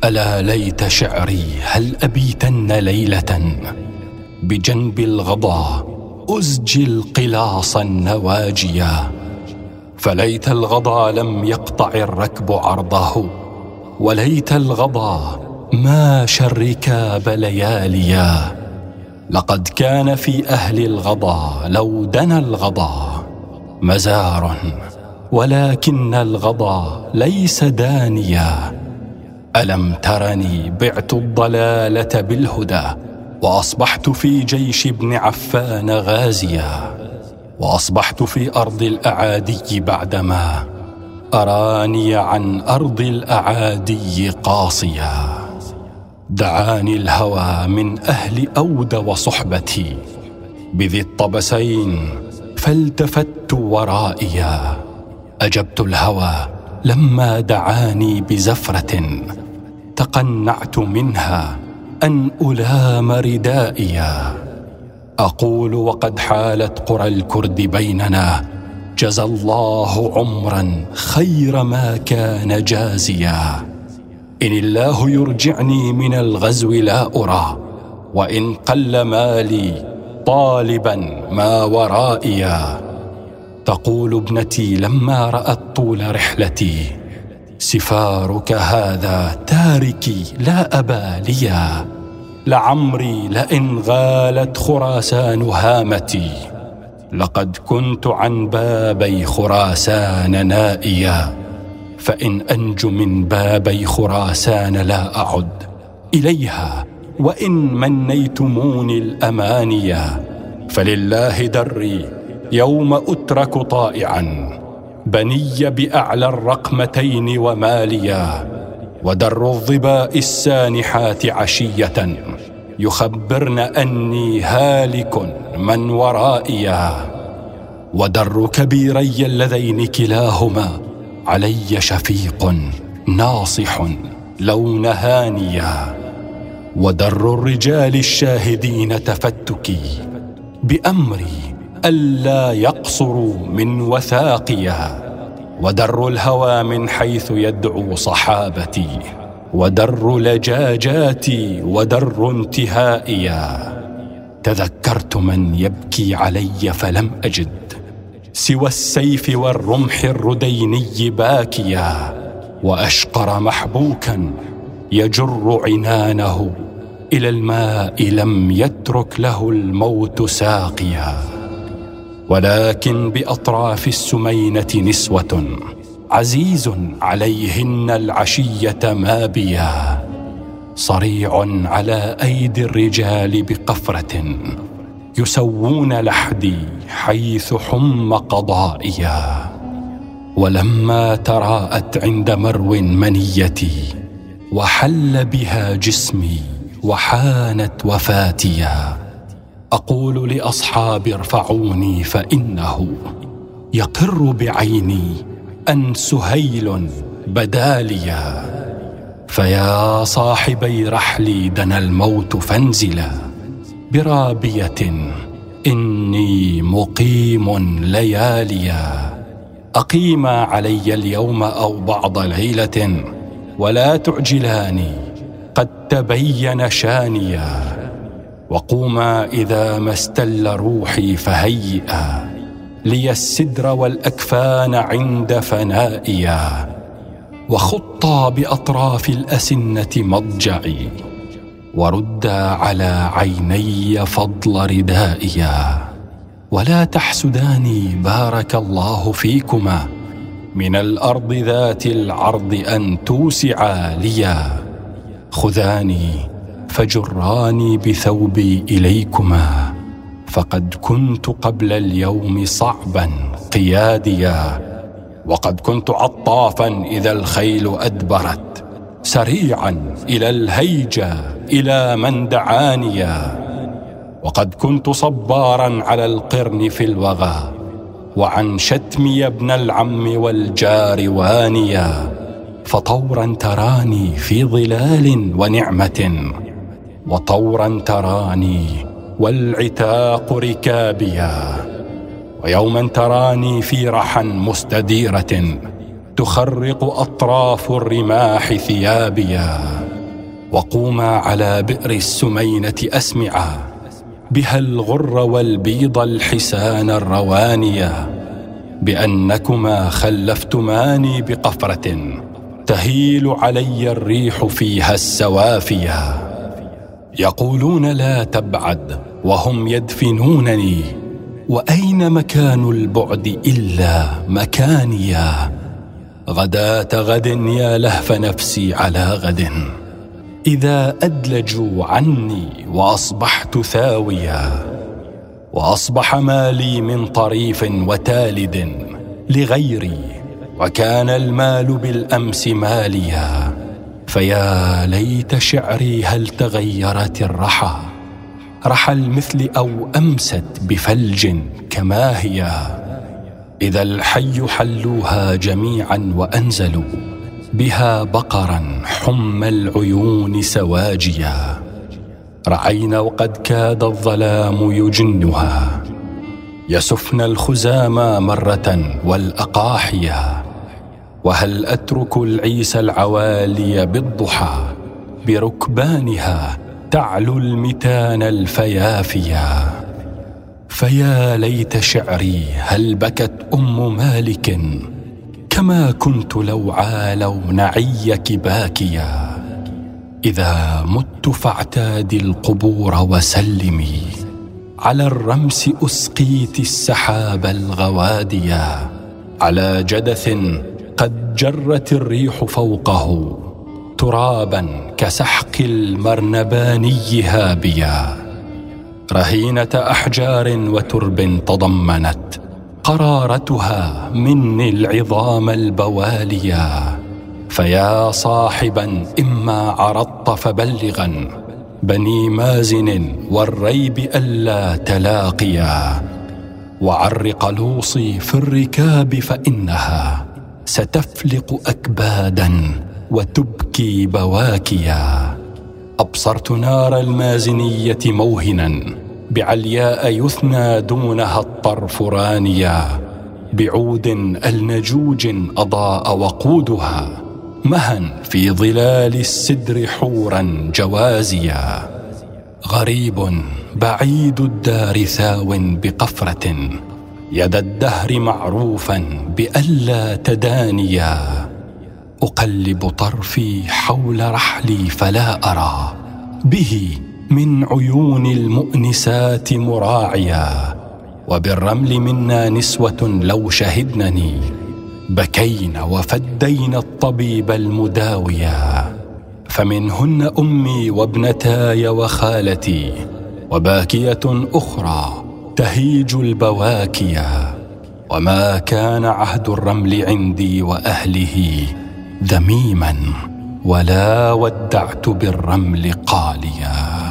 ألا ليت شعري هل أبيتن ليلة بجنب الغضا أزجي القلاص النواجيا. فليت الغضا لم يقطع الركب عرضه، وليت الغضا ماشى الركاب لياليا. لقد كان في أهل الغضا لو دنا الغضا مزار، ولكن الغضا ليس دانيا. ألم ترني بعت الضلالة بالهدى، وأصبحت في جيش ابن عفان غازيا. وأصبحت في أرض الأعادي بعدما أراني عن أرض الأعادي قاصيا. دعاني الهوى من أهل أود وصحبتي بذي الطبسين فالتفت ورائيا. أجبت الهوى لما دعاني بزفرة، تقنعت منها أن ألام ردائيا. أقول وقد حالت قرى الكرد بيننا، جزى الله عمرا خير ما كان جازيا. إن الله يرجعني من الغزو لا أرى، وإن قل مالي طالبا ما ورائيا. تقول ابنتي لما رأت طول رحلتي، سفارك هذا تاركي لا أبا ليا. لعمري لئن غالت خراسان هامتي، لقد كنت عن بابي خراسان نائيا. فإن أنج من بابي خراسان لا أعد إليها، وإن منيتموني الأمانيا. فلله دري يوم أترك طائعا، بني بأعلى الرقمتين وماليا. ودر الظباء السانحات عشية يخبرن أني هالك من ورائيا. ودر كبيري اللذين كلاهما علي شفيق ناصح لو نهانيا. ودر الرجال الشاهدين تفتكي بأمري ألا يقصروا من وثاقيا. ودر الهوى من حيث يدعو صحابتي، ودر لجاجاتي ودر انتهائيا. تذكرت من يبكي علي فلم أجد سوى السيف والرمح الرديني باكيا. وأشقر محبوكا يجر عنانه إلى الماء لم يترك له الموت ساقيا. ولكن بأطراف السمينة نسوة عزيز عليهن العشية مابيا. صريع على أيدي الرجال بقفرة، يسوون لحدي حيث حم قضائيا. ولما تراءت عند مرو منيتي، وحل بها جسمي وحانت وفاتيا. أقول لأصحابي ارفعوني، فإنه يقر بعيني أن سهيل بداليا. فيا صاحبي رحلي دنا الموت فانزلا برابية، إني مقيم لياليا. أقيما علي اليوم أو بعض ليلة، ولا تعجلاني قد تبين شانيا. وقوما إذا ما استل روحي فهيئا لي السدر والأكفان عند فنائيا. وخطا بأطراف الأسنة مضجعي، وردا على عيني فضل ردائيا. ولا تحسداني بارك الله فيكما من الأرض ذات العرض أن توسعا ليا. خذاني فجراني بثوبي إليكما، فقد كنت قبل اليوم صعبا قياديا. وقد كنت عطافا إذا الخيل أدبرت، سريعا إلى الهيجة إلى من دعانيا. وقد كنت صبارا على القرن في الوغى، وعن شتمي ابن العم والجار وانيا. فطورا تراني في ظلال ونعمة، وطورا تراني والعتاق ركابيا. ويوما تراني في رحى مستديرة تخرق أطراف الرماح ثيابيا. وقوما على بئر السمينة أسمعا بها الغر والبيض الحسان الروانيا بأنكما خلفتماني بقفرة تهيل علي الريح فيها السوافيا. يقولون لا تبعد وهم يدفنونني، وأين مكان البعد إلا مكانيا. غداة غد يا لهف نفسي على غد، إذا أدلجوا عني وأصبحت ثاويا. وأصبح مالي من طريف وتالد لغيري، وكان المال بالأمس ماليا. فيا ليت شعري هل تغيرت الرحى، رحى المثل أو أمست بفلج كما هي. إذا الحي حلوها جميعا وأنزلوا بها بقرا حم العيون سواجيا. رعينا وقد كاد الظلام يجنها، يسفن الخزامى مرة والأقاحيا. وهل أترك العيس العوالي بالضحى، بركبانها تعلو المتان الفيافيا. فيا ليت شعري هل بكت أم مالك، كما كنت لو عالوا نعيك باكيا. إذا مت فاعتادي القبور وسلمي، على الرمس أسقيت السحاب الغواديا. على جدث قد جرت الريح فوقه ترابا كسحق المرنباني هابيا. رهينة أحجار وترب تضمنت قرارتها مني العظام البواليا. فيا صاحبا إما عرضت فبلغا بني مازن والريب ألا تلاقيا. وعر قلوصي في الركاب فإنها ستفلق أكبادا وتبكي بواكيا. أبصرت نار المازنية موهنا بعلياء يثنى دونها الطرف رانيا. بعود النجوج أضاء وقودها مهن في ظلال السدر حورا جوازيا. غريب بعيد الدار ثاو بقفرة، يد الدهر معروفا بألا تدانيا. أقلب طرفي حول رحلي فلا أرى به من عيون المؤنسات مراعيا. وبالرمل منا نسوة لو شهدنني بكين وفدين الطبيب المداويا. فمنهن أمي وابنتاي وخالتي، وباكية أخرى تهيج البواكيا. وما كان عهد الرمل عندي وأهله ذميما، ولا ودعت بالرمل قاليا.